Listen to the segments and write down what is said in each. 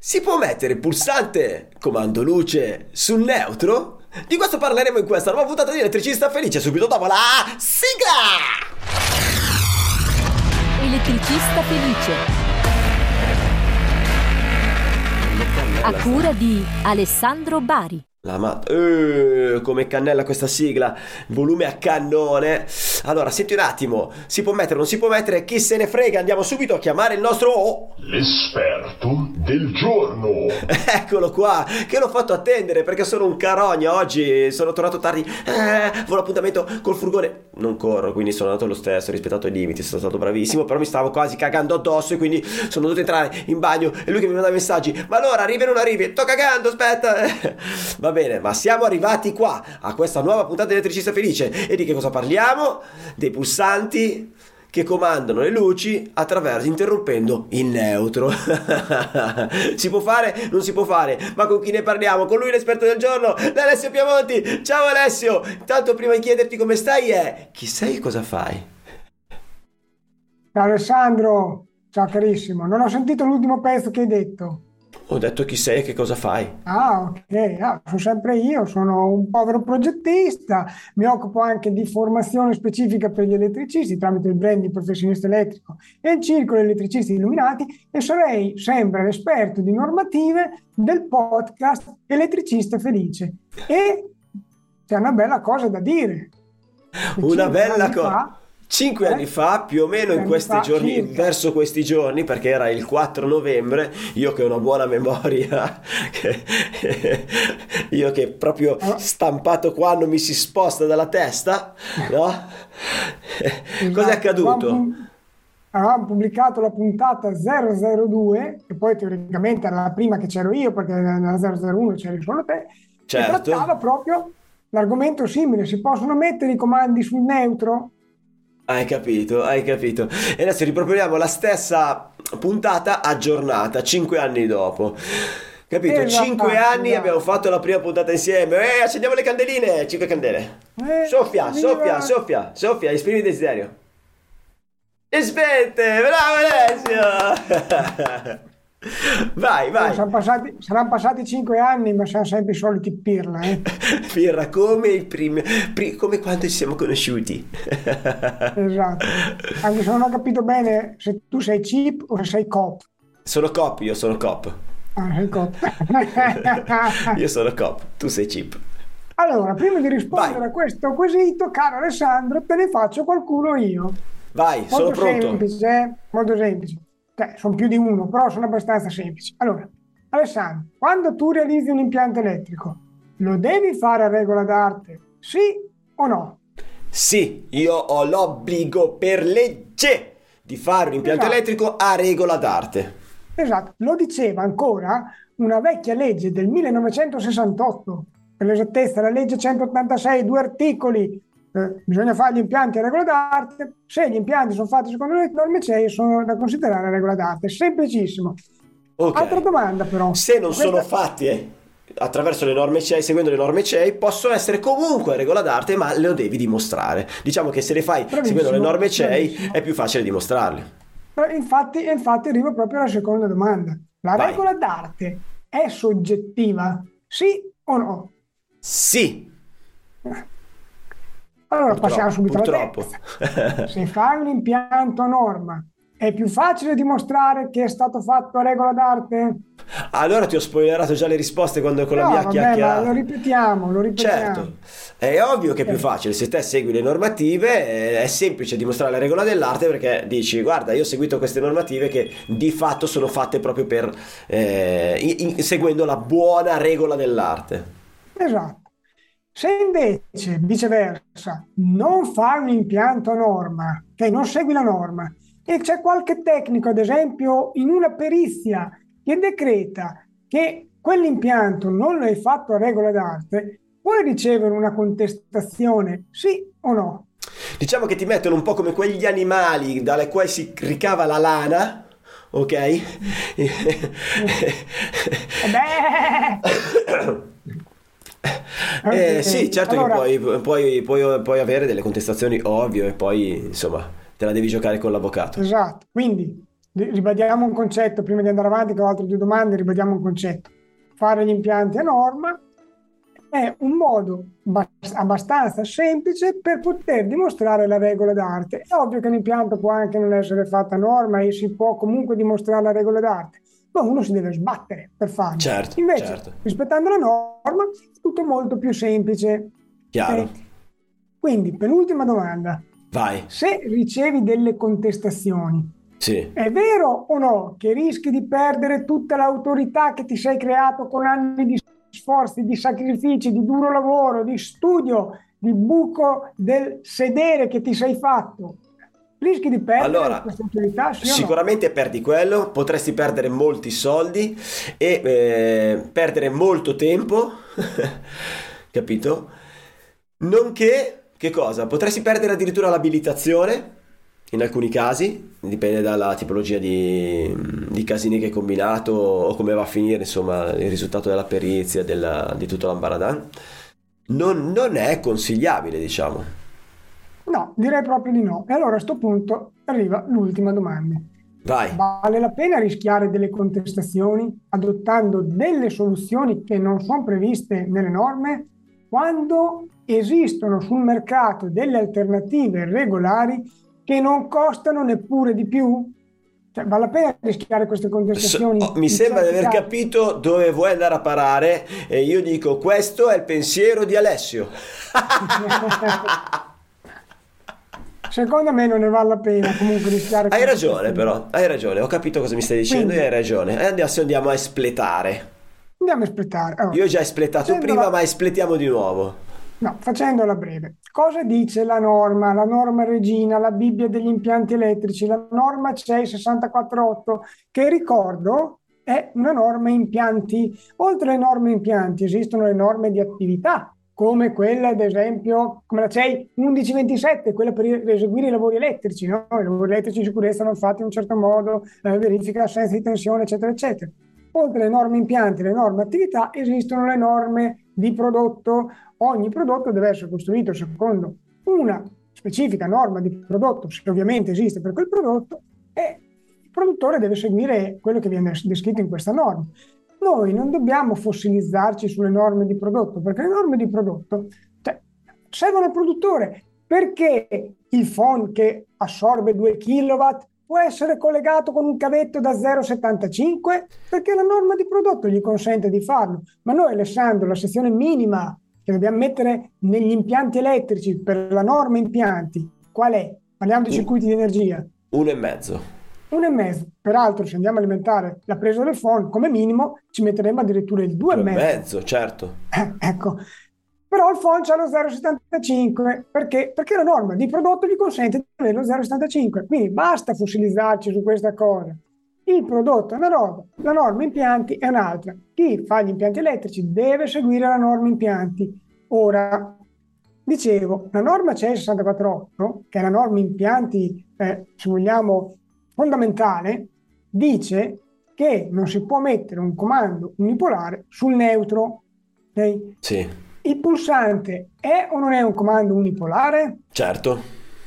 Si può mettere il pulsante comando luce sul neutro? Di questo parleremo in questa nuova puntata di Elettricista Felice, subito dopo la sigla! Elettricista Felice, a cura di Alessandro Bari. Come cannella questa sigla, volume a cannone. Allora, senti un attimo, si può mettere, non si può mettere, chi se ne frega, andiamo subito a chiamare il nostro... l'esperto del giorno. Eccolo qua, che l'ho fatto attendere perché sono un carogna oggi, sono tornato tardi, avevo l'appuntamento col furgone, non corro, quindi sono andato lo stesso, ho rispettato i limiti, sono stato bravissimo, però mi stavo quasi cagando addosso e quindi sono dovuto entrare in bagno e lui che mi mandava messaggi, ma allora arrivi o non arrivi? Sto cagando, aspetta. Va bene, ma siamo arrivati qua a questa nuova puntata di Elettricista Felice e di che cosa parliamo? Dei pulsanti che comandano le luci attraverso interrompendo il neutro. Si può fare? Non si può fare, ma con chi ne parliamo? Con lui l'esperto del giorno, Alessio Piamonti. Ciao Alessio, intanto prima di chiederti come stai chi sei e cosa fai? Ciao Alessandro, ciao carissimo, non ho sentito l'ultimo pezzo che hai detto. Ho detto chi sei e che cosa fai. Ok, sono sempre io, sono un povero progettista, mi occupo anche di formazione specifica per gli elettricisti tramite il brand di professionista elettrico e il circolo elettricisti illuminati e sarei sempre l'esperto di normative del podcast Elettricista Felice. E c'è una bella cosa da dire. Una bella cosa. 5 anni fa, più o meno in questi giorni, circa. verso questi giorni, perché era il 4 novembre, io che ho una buona memoria, io che proprio stampato qua non mi si sposta dalla testa, no? Cos'è accaduto? Avevamo pubblicato la puntata 002, che poi teoricamente era la prima che c'ero io, perché nella 001 c'eri solo te, certo. E trattava proprio l'argomento simile, si possono mettere i comandi sul neutro? Hai capito. E adesso riproponiamo la stessa puntata aggiornata 5 anni dopo. Capito? 5 anni abbiamo fatto la prima puntata insieme. Accendiamo le candeline, 5 candele. Soffia, esprimi il desiderio. E spente, bravo Alessio. Vai. Saranno passati 5 anni, ma siamo sempre i soliti pirla, Pirla, come come quando ci siamo conosciuti. Esatto. Anche se non ho capito bene se tu sei chip o se sei cop. Io sono cop. Sei cop. Io sono cop, tu sei chip. Allora, prima di rispondere a questo quesito, caro Alessandro, te ne faccio qualcuno io. Vai, sono pronto. Molto semplice. Sono più di uno, però sono abbastanza semplici. Allora, Alessandro, quando tu realizzi un impianto elettrico, lo devi fare a regola d'arte, sì o no? Sì, io ho l'obbligo per legge di fare un impianto elettrico a regola d'arte. Esatto, lo diceva ancora una vecchia legge del 1968, per l'esattezza la legge 186, 2 articoli. Bisogna fare gli impianti a regola d'arte, se gli impianti sono fatti secondo le norme CEI sono da considerare a regola d'arte, semplicissimo. Okay. Altra domanda però. Se non sono fatti attraverso le norme CEI, seguendo le norme CEI, possono essere comunque a regola d'arte, ma lo devi dimostrare. Diciamo che se le fai seguendo le norme CEI è più facile dimostrarle. Infatti arrivo proprio alla seconda domanda. La regola d'arte è soggettiva, sì o no? Sì. Allora passiamo subito alla purtroppo. terza. Se fai un impianto a norma, è più facile dimostrare che è stato fatto a regola d'arte? Allora ti ho spoilerato già le risposte quando con la mia chiacchierata. Ma lo ripetiamo. Certo, è ovvio che è più facile. Se te segui le normative è semplice dimostrare la regola dell'arte, perché dici guarda, io ho seguito queste normative che di fatto sono fatte proprio per seguendo la buona regola dell'arte. Esatto. Se invece, viceversa, non fai un impianto a norma, che non segui la norma, e c'è qualche tecnico, ad esempio, in una perizia che decreta che quell'impianto non lo hai fatto a regola d'arte, puoi ricevere una contestazione, sì o no? Diciamo che ti mettono un po' come quegli animali dalle quali si ricava la lana, ok? Sì, certo, allora, che puoi avere delle contestazioni, ovvio, e poi insomma te la devi giocare con l'avvocato. Esatto, quindi ribadiamo un concetto prima di andare avanti, che ho altre due domande, ribadiamo un concetto. Fare gli impianti a norma è un modo abbastanza semplice per poter dimostrare la regola d'arte. È ovvio che un impianto può anche non essere fatto a norma e si può comunque dimostrare la regola d'arte, ma uno si deve sbattere per farlo. Certo, Invece, certo. rispettando la norma, è tutto molto più semplice. Chiaro. Quindi, penultima domanda. Vai. Se ricevi delle contestazioni, Sì. è vero o no che rischi di perdere tutta l'autorità che ti sei creato con anni di sforzi, di sacrifici, di duro lavoro, di studio, di buco del sedere che ti sei fatto? Rischi di perdere questa autorità, sì o no? Sicuramente perdi quello, potresti perdere molti soldi e perdere molto tempo, capito? Nonché, che cosa? Potresti perdere addirittura l'abilitazione, in alcuni casi, dipende dalla tipologia di casini che hai combinato o come va a finire, insomma, il risultato della perizia, di tutto l'ambaradan. Non è consigliabile, diciamo. No, direi proprio di no. E allora a questo punto arriva l'ultima domanda. Vai. Vale la pena rischiare delle contestazioni adottando delle soluzioni che non sono previste nelle norme quando esistono sul mercato delle alternative regolari che non costano neppure di più? Cioè, vale la pena rischiare queste contestazioni? Mi sembra di aver capito dove vuoi andare a parare e io dico questo è il pensiero di Alessio. Secondo me non ne vale la pena comunque rischiare. Hai ragione però, hai ragione, ho capito cosa mi stai dicendo. Quindi, e hai ragione. E adesso andiamo a espletare. Andiamo a espletare. Allora, io ho già espletato prima, ma espletiamo di nuovo. No, facendola breve. Cosa dice la norma regina, la Bibbia degli impianti elettrici, la norma CEI 648, che ricordo è una norma impianti. Oltre alle norme impianti esistono le norme di attività, come quella ad esempio, come la CEI 1127, quella per eseguire i lavori elettrici, no? I lavori elettrici di sicurezza vanno fatti in un certo modo, verifica l'assenza di tensione, eccetera, eccetera. Oltre alle norme impianti, le norme attività, esistono le norme di prodotto. Ogni prodotto deve essere costruito secondo una specifica norma di prodotto, se ovviamente esiste per quel prodotto, e il produttore deve seguire quello che viene descritto in questa norma. Noi non dobbiamo fossilizzarci sulle norme di prodotto, perché le norme di prodotto servono al produttore. Perché il phon che assorbe 2 kW può essere collegato con un cavetto da 0,75? Perché la norma di prodotto gli consente di farlo. Ma noi, Alessandro, la sezione minima che dobbiamo mettere negli impianti elettrici per la norma impianti, qual è? Parliamo di circuiti di energia. 1,5. 1,5. Peraltro, se andiamo a alimentare la presa del phon, come minimo ci metteremo addirittura il 2,5. Certo. Ecco. Però il phon c'ha lo 0,75 perché la norma di prodotto gli consente di avere lo 0,75. Quindi basta fossilizzarci su questa cosa. Il prodotto è una roba, la norma impianti è un'altra. Chi fa gli impianti elettrici deve seguire la norma impianti. Ora, dicevo, la norma CEI 648, che è la norma impianti, se vogliamo, fondamentale, dice che non si può mettere un comando unipolare sul neutro. Okay? Sì. Il pulsante è o non è un comando unipolare? Certo.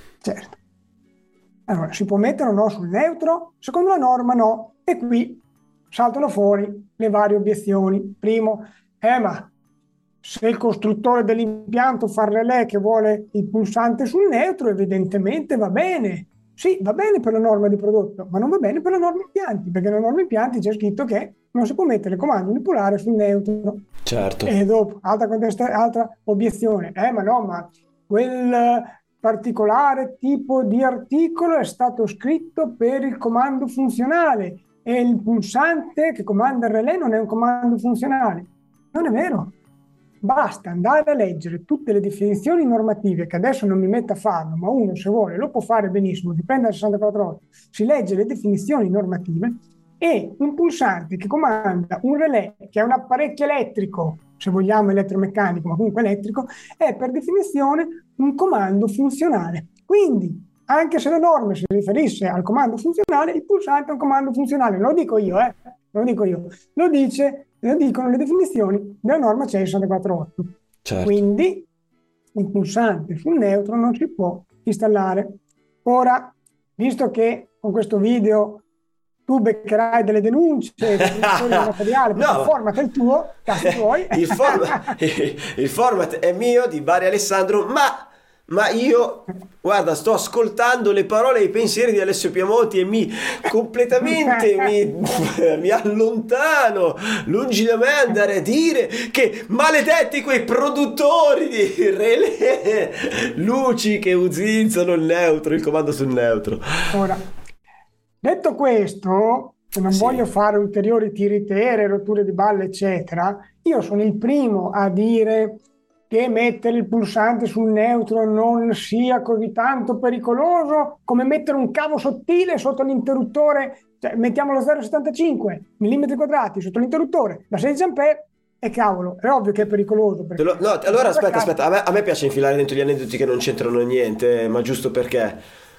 Allora, si può mettere o no sul neutro? Secondo la norma no. E qui saltano fuori le varie obiezioni. Primo, ma se il costruttore dell'impianto fa il relè che vuole il pulsante sul neutro, evidentemente va bene. Sì, va bene per la norma di prodotto, ma non va bene per la norma impianti, perché nella norma impianti c'è scritto che non si può mettere il comando unipolare sul neutro. Certo. E dopo, altra obiezione. Ma quel particolare tipo di articolo è stato scritto per il comando funzionale e il pulsante che comanda il relè non è un comando funzionale. Non è vero. Basta andare a leggere tutte le definizioni normative, che adesso non mi metto a farlo, ma uno se vuole lo può fare benissimo, dipende dal 648, si legge le definizioni normative e un pulsante che comanda un relè, che è un apparecchio elettrico, se vogliamo elettromeccanico, ma comunque elettrico, è per definizione un comando funzionale. Quindi, anche se la norma si riferisce al comando funzionale, il pulsante è un comando funzionale. Non lo dico io, lo dicono le definizioni della norma CEI 648. Certo. Quindi, il pulsante sul neutro non si può installare. Ora, visto che con questo video tu beccherai delle denunce, dei produttori di materiale, perché No, il format è il tuo, cazzi tuoi. il format è mio, di Bari Alessandro, ma io, guarda, sto ascoltando le parole e i pensieri di Alessio Piamonti e mi allontano, lungi da me andare a dire che maledetti quei produttori di relè, luci che utilizzano il neutro, il comando sul neutro. Ora, detto questo, che non Sì. voglio fare ulteriori tiritere, rotture di balle, eccetera, io sono il primo a dire che mettere il pulsante sul neutro non sia così tanto pericoloso come mettere un cavo sottile sotto l'interruttore, cioè mettiamo lo 0,75 mm quadrati sotto l'interruttore da 16 ampere e cavolo, è ovvio che è pericoloso. No, allora aspetta, a me piace infilare dentro gli aneddoti che non c'entrano niente, ma giusto perché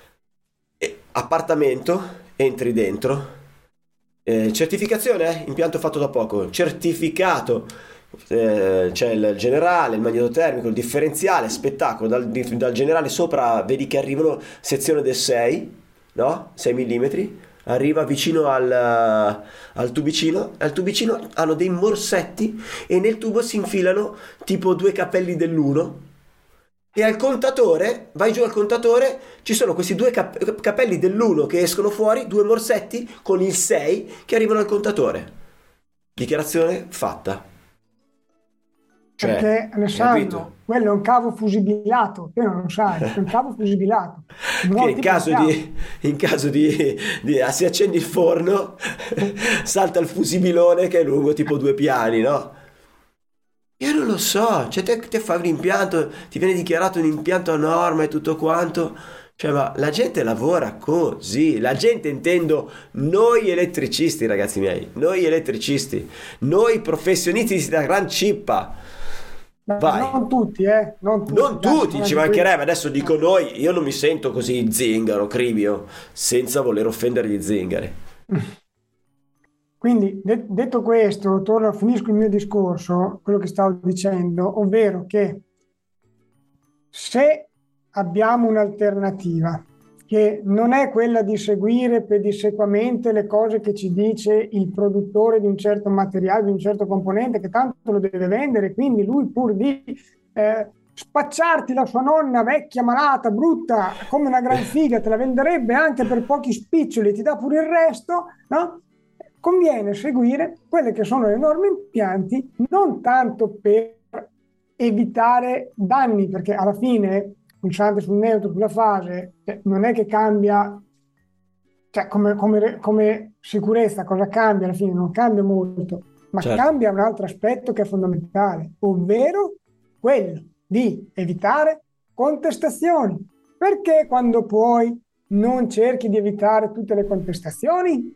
appartamento, entri dentro, certificazione, impianto fatto da poco, certificato, c'è il generale, il magnetotermico, il differenziale, spettacolo, dal generale sopra vedi che arrivano sezione del 6, no? 6 mm, arriva vicino al tubicino, al tubicino hanno dei morsetti e nel tubo si infilano tipo due cappelli dell'1 e al contatore, vai giù al contatore, ci sono questi due cappelli dell'1 che escono fuori, due morsetti con il 6 che arrivano al contatore. Dichiarazione fatta. Cioè, Perché Alessandro, capito? quello è un cavo fusibilato, te non lo sai, è un cavo fusibilato. Non Che tipo un cavo. in caso si accende il forno, salta il fusibilone che è lungo tipo 2 piani, no? Io non lo so, cioè te fai un impianto, ti viene dichiarato un impianto a norma e tutto quanto, cioè ma la gente lavora così, la gente intendo noi elettricisti ragazzi miei, noi elettricisti, noi professionisti da gran cippa. Vai. Non tutti, non tutti. Non tutti, ci mancherebbe, adesso dico noi, io non mi sento così zingaro, cribio, senza voler offendere gli zingari. Quindi, detto questo, finisco il mio discorso, quello che stavo dicendo, ovvero che se abbiamo un'alternativa che non è quella di seguire pedissequamente le cose che ci dice il produttore di un certo materiale, di un certo componente, che tanto lo deve vendere, quindi lui pur di spacciarti la sua nonna vecchia, malata, brutta, come una gran figa, te la venderebbe anche per pochi spiccioli, ti dà pure il resto, no? Conviene seguire quelle che sono le norme impianti, non tanto per evitare danni, perché alla fine pulsante sul neutro, sulla fase, non è che cambia, cioè come sicurezza cosa cambia alla fine? Non cambia molto, ma certo. Cambia un altro aspetto che è fondamentale, ovvero quello di evitare contestazioni. Perché quando poi non cerchi di evitare tutte le contestazioni?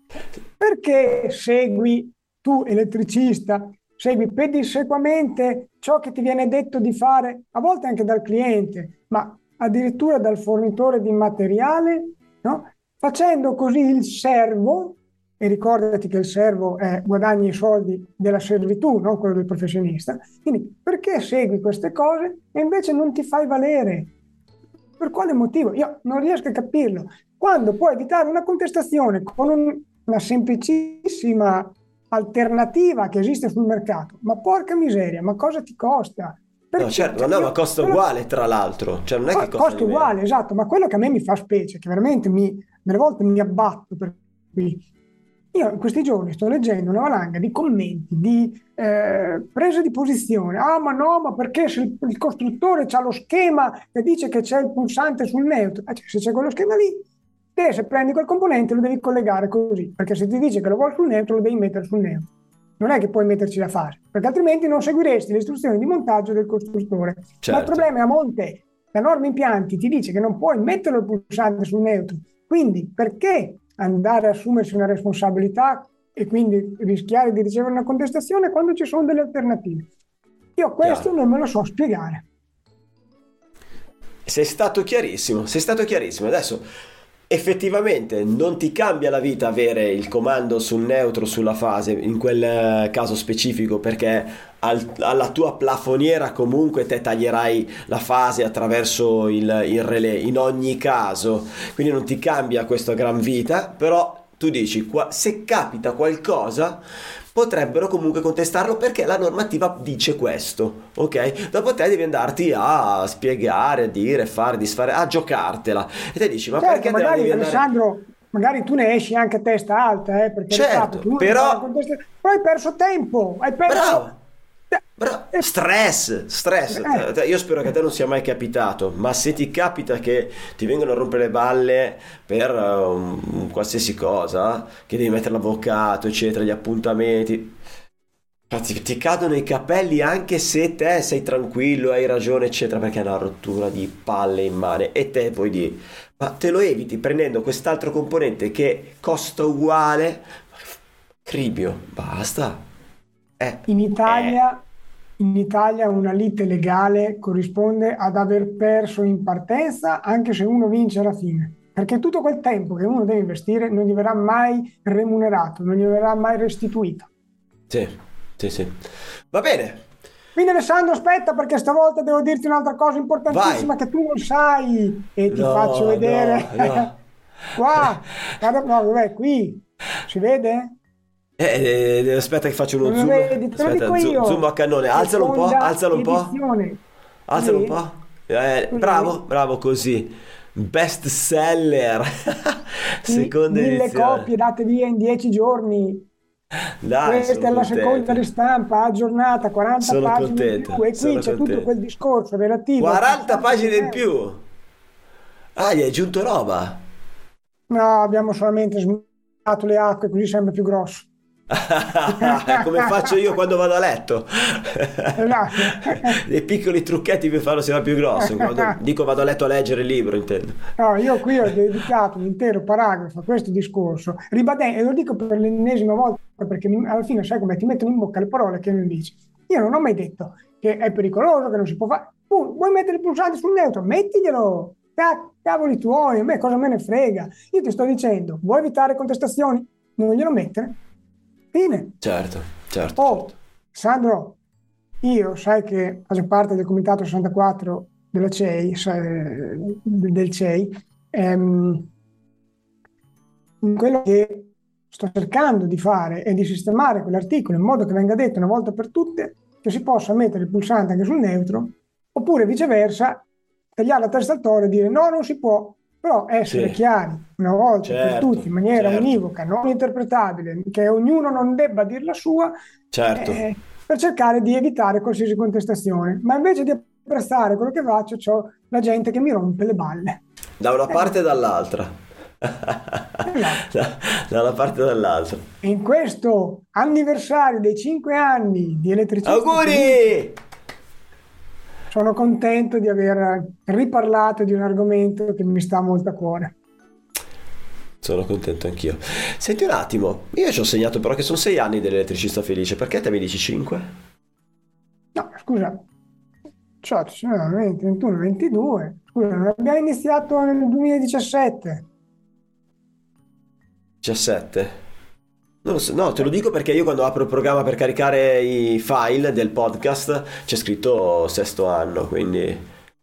Perché segui, tu elettricista, segui pedissequamente ciò che ti viene detto di fare, a volte anche dal cliente, ma addirittura dal fornitore di materiale, no? Facendo così il servo, e ricordati che il servo guadagni i soldi della servitù, non quello del professionista. Quindi perché segui queste cose e invece non ti fai valere? Per quale motivo? Io non riesco a capirlo. Quando puoi evitare una contestazione con una semplicissima alternativa che esiste sul mercato, ma porca miseria, ma cosa ti costa? No, certo, no, ma costa uguale tra l'altro, cioè non è che costa uguale, esatto, ma quello che a me mi fa specie, che veramente delle volte mi abbatto per qui. Io in questi giorni sto leggendo una valanga di commenti, di prese di posizione. Ah, ma no, ma perché se il costruttore c'ha lo schema che dice che c'è il pulsante sul neutro, cioè, se c'è quello schema lì, te se prendi quel componente lo devi collegare così, perché se ti dice che lo vuoi sul neutro lo devi mettere sul neutro. Non è che puoi metterci la fase, perché altrimenti non seguiresti le istruzioni di montaggio del costruttore. Certo. Ma il problema è a monte. La norma impianti ti dice che non puoi mettere il pulsante sul neutro. Quindi perché andare a assumersi una responsabilità e quindi rischiare di ricevere una contestazione quando ci sono delle alternative? Io questo non me lo so spiegare. Sei stato chiarissimo. Adesso effettivamente non ti cambia la vita avere il comando sul neutro, sulla fase, in quel caso specifico, perché alla tua plafoniera comunque te taglierai la fase attraverso il relè in ogni caso, quindi non ti cambia questa gran vita, però tu dici, se capita qualcosa potrebbero comunque contestarlo perché la normativa dice questo, ok? Dopo te devi andarti a spiegare, a dire, fare, disfare, a giocartela. E te dici, ma Certo, perché te la magari devi andare... Alessandro, magari tu ne esci anche a testa alta, perché Certo, tu però hai perso tempo, hai perso... Stress. Io spero che a te non sia mai capitato, ma se ti capita che ti vengono a rompere le balle per qualsiasi cosa, che devi mettere l'avvocato, eccetera, gli appuntamenti, ti cadono i capelli anche se te sei tranquillo, hai ragione, eccetera, perché è una rottura di palle in mano e te puoi dire, ma te lo eviti prendendo quest'altro componente che costa uguale, cribio, basta. In Italia una lite legale corrisponde ad aver perso in partenza anche se uno vince alla fine, perché tutto quel tempo che uno deve investire non gli verrà mai remunerato, non gli verrà mai restituito. Sì. Va bene. Quindi Alessandro, aspetta, perché stavolta devo dirti un'altra cosa importantissima. Vai. Che tu non sai e ti faccio vedere. No. Qua, qui, si vede? Aspetta che faccio uno non zoom. Vedi, te aspetta, lo dico io. Zoom a cannone. Alzalo un po'. Alzalo un po'. Bravo così. Best seller. Seconda 1000 edizione. copie date via in 10 giorni. Dai, questa è la seconda ristampa aggiornata, 40 sono pagine contento, in più, e qui c'è tutto quel discorso relativo 40 pagine in più. Gli hai aggiunto roba? No, abbiamo solamente smontato le acque, così sembra più grosso. Come faccio io quando vado a letto. Esatto. Dei piccoli trucchetti per farlo sembrare più grosso. Quando dico vado a letto a leggere il libro, intendo. No, io qui ho dedicato un intero paragrafo a questo discorso, ribadendo, e lo dico per l'ennesima volta perché alla fine sai come ti mettono in bocca le parole che non dici. Io non ho mai detto che è pericoloso, che non si può fare. Vuoi mettere il pulsante sul neutro? Mettiglielo. Cavoli tuoi, a me cosa me ne frega. Io ti sto dicendo, vuoi evitare contestazioni? Non glielo mettere. Fine. Certo. Sandro, io sai che faccio parte del comitato 64 della CEI, del CEI, quello che sto cercando di fare è di sistemare quell'articolo in modo che venga detto una volta per tutte che si possa mettere il pulsante anche sul neutro, oppure viceversa tagliare la testa al toro e dire no, non si può. Però essere chiari una volta per tutti, in maniera univoca, non interpretabile, che ognuno non debba dir la sua, per cercare di evitare qualsiasi contestazione. Ma invece di apprezzare quello che faccio, c'ho la gente che mi rompe le balle. Da una parte e dall'altra. Da una parte e dall'altra. In questo anniversario dei 5 anni di elettricità. Auguri! Sono contento di aver riparlato di un argomento che mi sta molto a cuore. Sono contento anch'io. Senti un attimo, io ci ho segnato però che sono 6 anni dell'elettricista felice, perché te mi dici 5? No, scusa, 20, 21, 22. Scusa, non abbiamo iniziato nel 2017. 17? Non lo so, no, te lo dico perché io quando apro il programma per caricare i file del podcast c'è scritto 6º anno, quindi...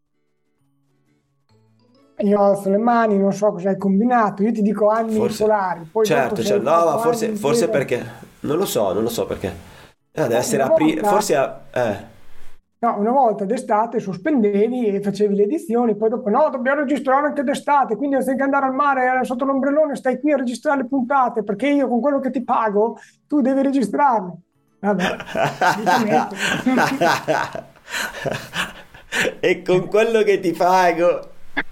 Io alzo le mani, non so cosa hai combinato, io ti dico anni solari. Poi certo, no, ma forse perché... Non lo so perché. Deve essere aprile, forse... No, una volta d'estate sospendevi e facevi le edizioni, poi dopo no, dobbiamo registrare anche d'estate, quindi anziché andare al mare sotto l'ombrellone stai qui a registrare le puntate, perché io con quello che ti pago tu devi registrarle. Vabbè. E con quello che ti pago.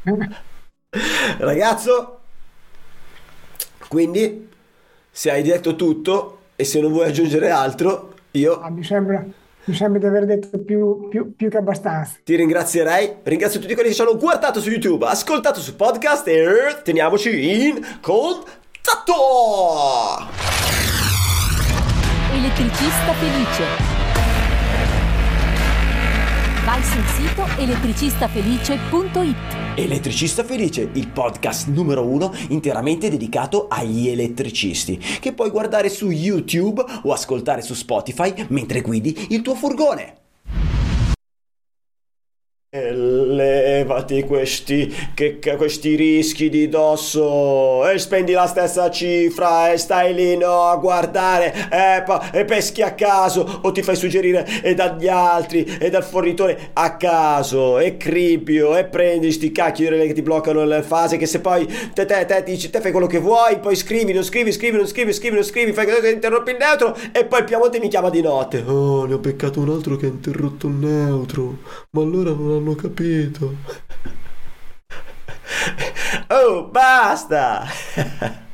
Ragazzo, quindi se hai detto tutto e se non vuoi aggiungere altro, io... Mi sembra di aver detto più che abbastanza. Ti ringrazierei. Ringrazio tutti quelli che ci hanno guardato su YouTube, ascoltato su podcast e teniamoci in contatto. Elettricista felice. Vai sul sito elettricistafelice.it. Elettricista Felice, il podcast numero 1 interamente dedicato agli elettricisti, che puoi guardare su YouTube o ascoltare su Spotify mentre guidi il tuo furgone. levati questi rischi di dosso e spendi la stessa cifra e stai lì a guardare e peschi a caso o ti fai suggerire e dagli altri e dal fornitore a caso e cribio e prendi sti cacchi di relè che ti bloccano la fase, che se poi te dici, te fai quello che vuoi, poi scrivi, fai interrompi il neutro e poi il Piemonte mi chiama di notte. Oh, ne ho beccato un altro che ha interrotto il neutro, ma allora non hanno capito. Oh, basta!